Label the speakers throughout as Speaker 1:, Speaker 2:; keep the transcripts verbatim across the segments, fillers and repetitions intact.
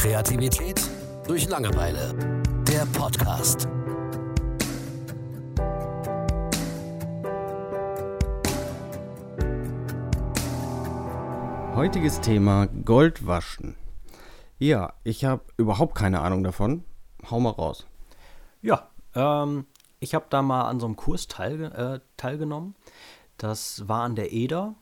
Speaker 1: Kreativität durch Langeweile. Der Podcast.
Speaker 2: Heutiges Thema Goldwaschen. Ja, ich habe überhaupt keine Ahnung davon. Hau mal raus.
Speaker 3: Ja, ähm, ich habe da mal an so einem Kurs teilge- äh, teilgenommen. Das war an der Eder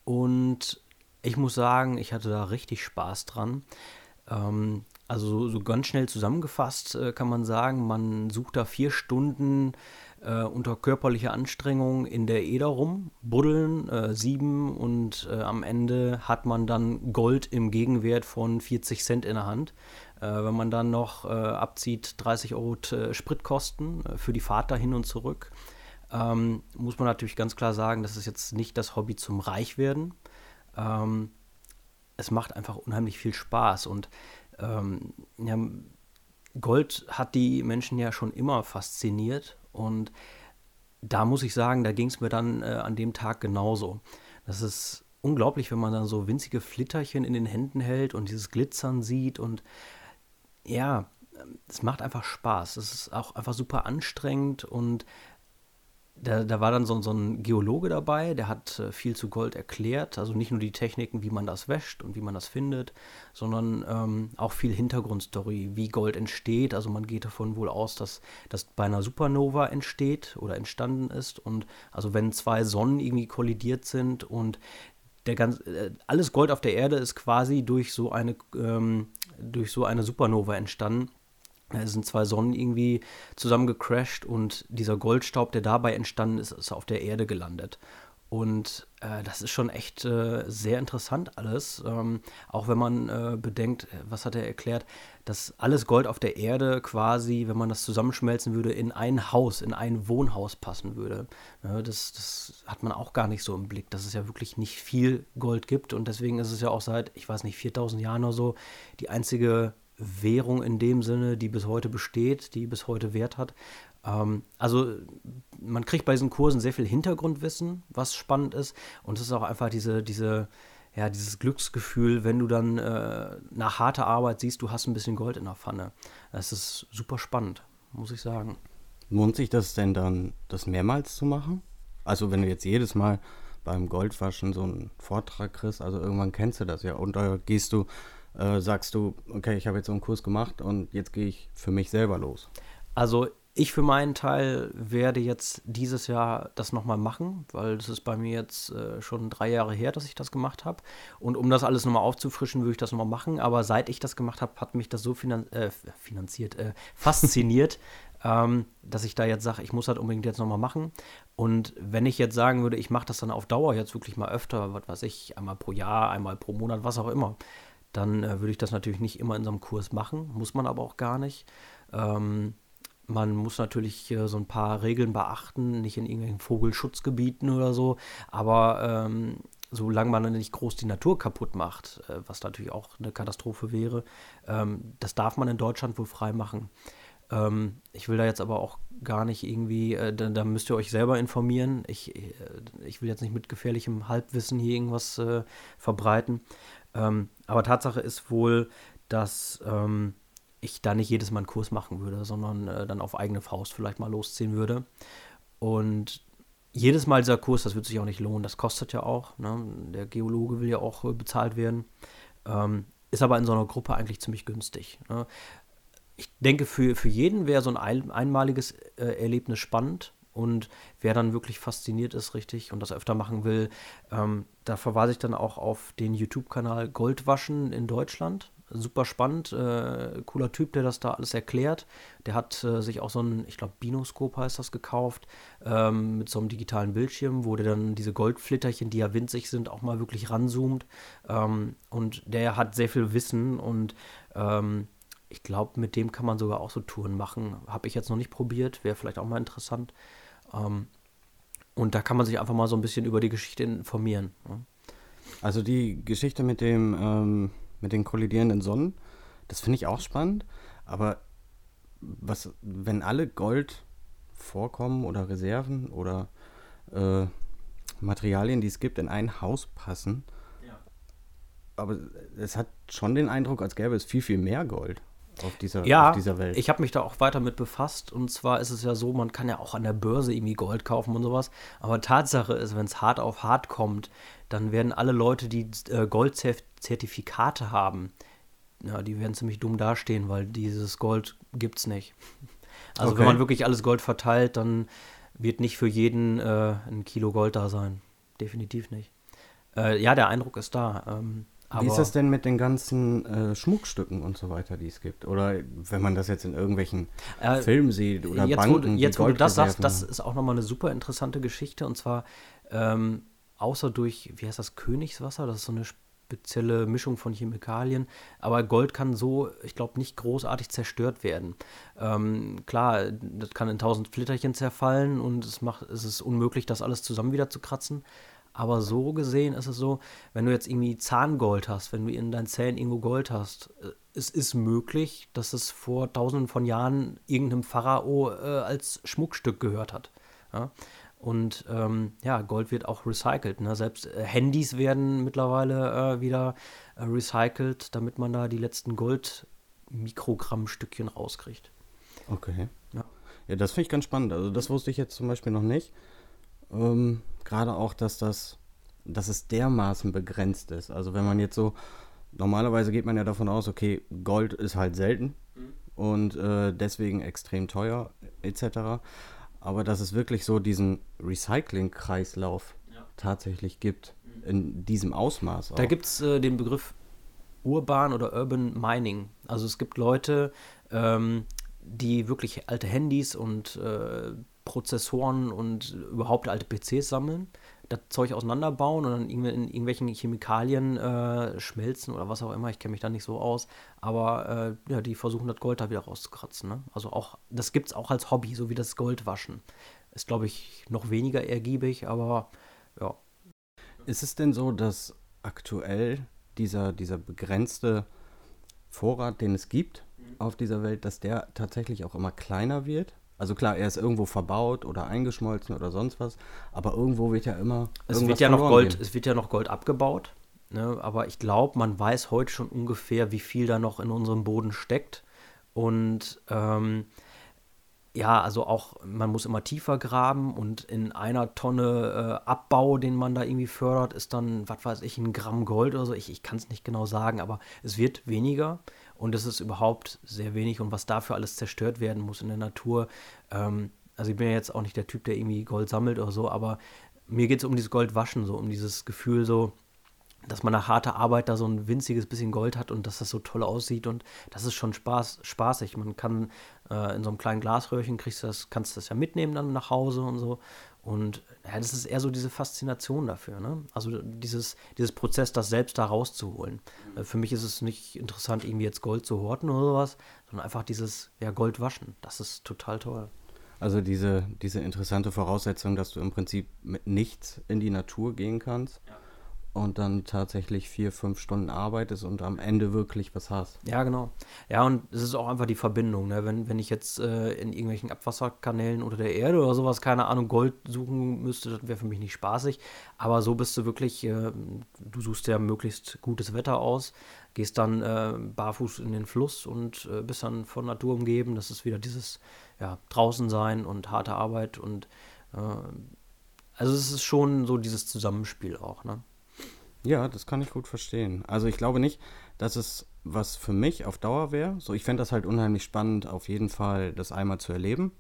Speaker 3: und ich muss sagen, ich hatte da richtig Spaß dran. Ähm, also so, so ganz schnell zusammengefasst äh, kann man sagen, man sucht da vier Stunden äh, unter körperlicher Anstrengung in der Eder rum, buddeln, äh, sieben und äh, am Ende hat man dann Gold im Gegenwert von vierzig Cent in der Hand. Äh, wenn man dann noch äh, abzieht, dreißig Euro t- Spritkosten äh, für die Fahrt dahin und zurück, ähm, muss man natürlich ganz klar sagen, das ist jetzt nicht das Hobby zum Reichwerden. Ähm, es macht einfach unheimlich viel Spaß und ähm, ja, Gold hat die Menschen ja schon immer fasziniert und da muss ich sagen, da ging es mir dann äh, an dem Tag genauso. Das ist unglaublich, wenn man dann so winzige Flitterchen in den Händen hält und dieses Glitzern sieht und ja, es macht einfach Spaß. Es ist auch einfach super anstrengend und Da, da war dann so, so ein Geologe dabei, der hat äh, viel zu Gold erklärt. Also nicht nur die Techniken, wie man das wäscht und wie man das findet, sondern ähm, auch viel Hintergrundstory, wie Gold entsteht. Also man geht davon wohl aus, dass das bei einer Supernova entsteht oder entstanden ist. Und also wenn zwei Sonnen irgendwie kollidiert sind und der ganz, äh, alles Gold auf der Erde ist quasi durch so eine, ähm, durch so eine Supernova entstanden. Es sind zwei Sonnen irgendwie zusammen gecrasht und dieser Goldstaub, der dabei entstanden ist, ist auf der Erde gelandet. Und äh, das ist schon echt äh, sehr interessant alles, ähm, auch wenn man äh, bedenkt, was hat er erklärt, dass alles Gold auf der Erde quasi, wenn man das zusammenschmelzen würde, in ein Haus, in ein Wohnhaus passen würde. Ja, das, das hat man auch gar nicht so im Blick, dass es ja wirklich nicht viel Gold gibt und deswegen ist es ja auch seit, ich weiß nicht, viertausend Jahren oder so, die einzige Währung in dem Sinne, die bis heute besteht, die bis heute Wert hat. Ähm, also man kriegt bei diesen Kursen sehr viel Hintergrundwissen, was spannend ist. Und es ist auch einfach diese, diese, ja, dieses Glücksgefühl, wenn du dann äh, nach harter Arbeit siehst, du hast ein bisschen Gold in der Pfanne. Das ist super spannend, muss ich sagen.
Speaker 2: Lohnt sich das denn dann, das mehrmals zu machen? Also wenn du jetzt jedes Mal beim Goldwaschen so einen Vortrag kriegst, also irgendwann kennst du das ja und da gehst du Äh, sagst du, okay, ich habe jetzt so einen Kurs gemacht und jetzt gehe ich für mich selber los?
Speaker 3: Also ich für meinen Teil werde jetzt dieses Jahr das nochmal machen, weil das ist bei mir jetzt äh, schon drei Jahre her, dass ich das gemacht habe. Und um das alles nochmal aufzufrischen, würde ich das nochmal machen. Aber seit ich das gemacht habe, hat mich das so finan- äh, finanziert, äh, fasziniert, ähm, dass ich da jetzt sage, ich muss das unbedingt jetzt nochmal machen. Und wenn ich jetzt sagen würde, ich mache das dann auf Dauer jetzt wirklich mal öfter, was weiß ich, einmal pro Jahr, einmal pro Monat, was auch immer, dann äh, würde ich das natürlich nicht immer in so einem Kurs machen, muss man aber auch gar nicht. Ähm, man muss natürlich äh, so ein paar Regeln beachten, nicht in irgendwelchen Vogelschutzgebieten oder so, aber ähm, solange man dann nicht groß die Natur kaputt macht, äh, was natürlich auch eine Katastrophe wäre, ähm, das darf man in Deutschland wohl frei machen. Ähm, ich will da jetzt aber auch gar nicht irgendwie, äh, da, da müsst ihr euch selber informieren. Ich, äh, ich will jetzt nicht mit gefährlichem Halbwissen hier irgendwas äh, verbreiten. Ähm, aber Tatsache ist wohl, dass ähm, ich da nicht jedes Mal einen Kurs machen würde, sondern äh, dann auf eigene Faust vielleicht mal losziehen würde. Und jedes Mal dieser Kurs, das wird sich auch nicht lohnen, das kostet ja auch. Ne? Der Geologe will ja auch äh, bezahlt werden. Ähm, ist aber in so einer Gruppe eigentlich ziemlich günstig. Ne? Ich denke, für, für jeden wäre so ein, ein einmaliges äh, Erlebnis spannend. Und wer dann wirklich fasziniert ist, richtig, und das öfter machen will, ähm, da verweise ich dann auch auf den YouTube-Kanal Goldwaschen in Deutschland. Super spannend, äh, cooler Typ, der das da alles erklärt. Der hat äh, sich auch so ein, ich glaube, Binoskop heißt das, gekauft, ähm, mit so einem digitalen Bildschirm, wo der dann diese Goldflitterchen, die ja winzig sind, auch mal wirklich ranzoomt. Ähm, und der hat sehr viel Wissen und ähm, ich glaube, mit dem kann man sogar auch so Touren machen. Habe ich jetzt noch nicht probiert, wäre vielleicht auch mal interessant. Ähm, und da kann man sich einfach mal so ein bisschen über die Geschichte informieren. Ne?
Speaker 2: Also die Geschichte mit dem ähm, mit den kollidierenden Sonnen, das finde ich auch spannend. Aber was, wenn alle Goldvorkommen oder Reserven oder äh, Materialien, die es gibt, in ein Haus passen,
Speaker 3: Ja.
Speaker 2: aber es hat schon den Eindruck, als gäbe es viel, viel mehr Gold auf dieser,
Speaker 3: Ja,
Speaker 2: auf dieser Welt.
Speaker 3: ich habe mich da auch weiter mit befasst. Und zwar ist es ja so, man kann ja auch an der Börse irgendwie Gold kaufen und sowas. Aber Tatsache ist, wenn es hart auf hart kommt, dann werden alle Leute, die äh, Goldzertifikate haben, ja, die werden ziemlich dumm dastehen, weil dieses Gold gibt's nicht. Also
Speaker 2: Okay.
Speaker 3: wenn man wirklich alles Gold verteilt, dann wird nicht für jeden äh, ein Kilo Gold da sein. Definitiv nicht. Äh, ja, der Eindruck ist da. Ähm, aber
Speaker 2: Wie ist das denn mit den ganzen äh, Schmuckstücken und so weiter, die es gibt? Oder wenn man das jetzt in irgendwelchen
Speaker 3: Äh,
Speaker 2: Filmen sieht oder
Speaker 3: jetzt,
Speaker 2: Banken,
Speaker 3: wo, du-
Speaker 2: die
Speaker 3: jetzt, wo du das sagst,
Speaker 2: Goldreserven
Speaker 3: das
Speaker 2: haben.
Speaker 3: ist auch nochmal eine super interessante Geschichte. Und zwar, ähm, außer durch, wie heißt das, Königswasser, das ist so eine spezielle Mischung von Chemikalien. Aber Gold kann so, ich glaube, nicht großartig zerstört werden. Ähm, klar, das kann in tausend Flitterchen zerfallen und es macht, es ist unmöglich, das alles zusammen wieder zu kratzen. Aber so gesehen ist es so, wenn du jetzt irgendwie Zahngold hast, wenn du in deinen Zähnen irgendwo Gold hast, äh, es ist möglich, dass es vor tausenden von Jahren irgendeinem Pharao äh, als Schmuckstück gehört hat. Ja? Und ähm, ja, Gold wird auch recycelt. Ne? Selbst äh, Handys werden mittlerweile äh, wieder äh, recycelt, damit man da die letzten Gold-Mikrogrammstückchen rauskriegt.
Speaker 2: Okay.
Speaker 3: Ja.
Speaker 2: Ja, das finde ich ganz spannend. Also das wusste ich jetzt zum Beispiel noch nicht. Ähm, gerade auch, dass das, dass es dermaßen begrenzt ist. Also wenn man jetzt so, normalerweise geht man ja davon aus, okay, Gold ist halt selten und äh, deswegen extrem teuer et cetera. Aber dass es wirklich so diesen Recycling-Kreislauf tatsächlich gibt, in diesem Ausmaß auch.
Speaker 3: Da gibt es äh, den Begriff Urban oder Urban Mining. Also es gibt Leute, ähm, die wirklich alte Handys und äh, Prozessoren und überhaupt alte P Cs sammeln, das Zeug auseinanderbauen und dann in irgendwelchen Chemikalien äh, schmelzen oder was auch immer. Ich kenne mich da nicht so aus. Aber äh, ja, die versuchen das Gold da wieder rauszukratzen. Ne? Also auch, das gibt es auch als Hobby, so wie das Goldwaschen. Ist, glaube ich, noch weniger ergiebig, aber ja.
Speaker 2: Ist es denn so, dass aktuell dieser, dieser begrenzte Vorrat, den es gibt auf dieser Welt, dass der tatsächlich auch immer kleiner wird? Also klar, er ist irgendwo verbaut oder eingeschmolzen oder sonst was, aber irgendwo wird ja immer
Speaker 3: Es
Speaker 2: irgendwas
Speaker 3: wird ja noch
Speaker 2: verloren
Speaker 3: Gold,
Speaker 2: gehen.
Speaker 3: es wird ja noch Gold abgebaut, ne? Aber ich glaube, man weiß heute schon ungefähr, wie viel da noch in unserem Boden steckt. Und ähm, ja, also auch, man muss immer tiefer graben und in einer Tonne äh, Abbau, den man da irgendwie fördert, ist dann, was weiß ich, ein Gramm Gold oder so. Ich, ich kann es nicht genau sagen, aber es wird weniger und es ist überhaupt sehr wenig. Und was dafür alles zerstört werden muss in der Natur, ähm, also ich bin ja jetzt auch nicht der Typ, der irgendwie Gold sammelt oder so, aber mir geht es um dieses Goldwaschen, so um dieses Gefühl so, dass man nach harter Arbeit da so ein winziges bisschen Gold hat und dass das so toll aussieht und das ist schon Spaß, spaßig. Man kann äh, in so einem kleinen Glasröhrchen kriegst du das, kannst du das ja mitnehmen dann nach Hause und so. Und ja, das ist eher so diese Faszination dafür, ne? Also dieses, dieses Prozess, das selbst da rauszuholen. Äh, für mich ist es nicht interessant, irgendwie jetzt Gold zu horten oder sowas, sondern einfach dieses ja, Gold waschen. Das ist total toll.
Speaker 2: Also diese, diese interessante Voraussetzung, dass du im Prinzip mit nichts in die Natur gehen kannst und dann tatsächlich vier, fünf Stunden arbeitest und am Ende wirklich was hast.
Speaker 3: Ja, genau. Ja, und es ist auch einfach die Verbindung, ne? Wenn, wenn ich jetzt äh, in irgendwelchen Abwasserkanälen unter der Erde oder sowas, keine Ahnung, Gold suchen müsste, das wäre für mich nicht spaßig. Aber so bist du wirklich, äh, du suchst ja möglichst gutes Wetter aus, gehst dann äh, barfuß in den Fluss und äh, bist dann von Natur umgeben. Das ist wieder dieses, ja, draußen sein und harte Arbeit und äh, also es ist schon so dieses Zusammenspiel auch, ne?
Speaker 2: Ja, das kann ich gut verstehen. Also ich glaube nicht, dass es was für mich auf Dauer wäre. So, ich fände das halt unheimlich spannend, auf jeden Fall das einmal zu erleben.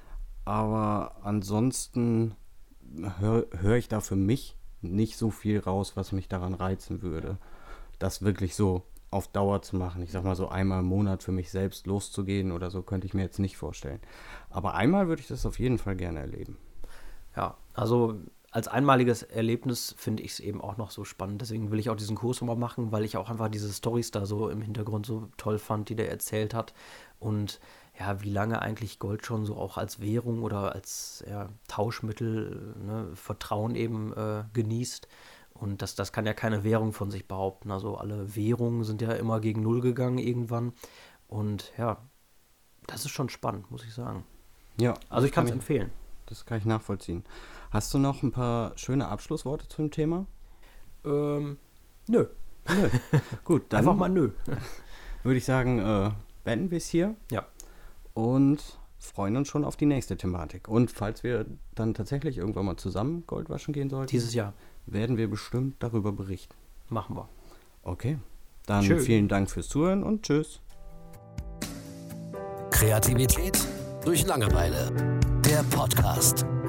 Speaker 2: Aber ansonsten höre hör ich da für mich nicht so viel raus, was mich daran reizen würde, das wirklich so auf Dauer zu machen. Ich sag mal so einmal im Monat für mich selbst loszugehen oder so, könnte ich mir jetzt nicht vorstellen. Aber einmal würde ich das auf jeden Fall gerne erleben.
Speaker 3: Ja, also als einmaliges Erlebnis finde ich es eben auch noch so spannend. Deswegen will ich auch diesen Kurs nochmal machen, weil ich auch einfach diese Storys da so im Hintergrund so toll fand, die der erzählt hat. Und ja, wie lange eigentlich Gold schon so auch als Währung oder als ja, Tauschmittel, ne, Vertrauen eben äh, genießt. Und das, das kann ja keine Währung von sich behaupten. Also alle Währungen sind ja immer gegen Null gegangen irgendwann. Und ja, das ist schon spannend, muss ich sagen.
Speaker 2: Ja,
Speaker 3: Also ich kann es
Speaker 2: ich-
Speaker 3: empfehlen.
Speaker 2: Das kann ich nachvollziehen. Hast du noch ein paar schöne Abschlussworte zum Thema?
Speaker 3: Ähm, nö.
Speaker 2: Nö. Gut, dann
Speaker 3: Einfach mal nö.
Speaker 2: würde ich sagen, äh, beenden wir es hier.
Speaker 3: Ja.
Speaker 2: Und freuen uns schon auf die nächste Thematik. Und falls wir dann tatsächlich irgendwann mal zusammen Gold waschen gehen sollten,
Speaker 3: Dieses Jahr.
Speaker 2: werden wir bestimmt darüber berichten.
Speaker 3: Machen wir.
Speaker 2: Okay, dann
Speaker 3: Tschö.
Speaker 2: vielen Dank fürs Zuhören und tschüss.
Speaker 1: Kreativität durch Langeweile. Der Podcast.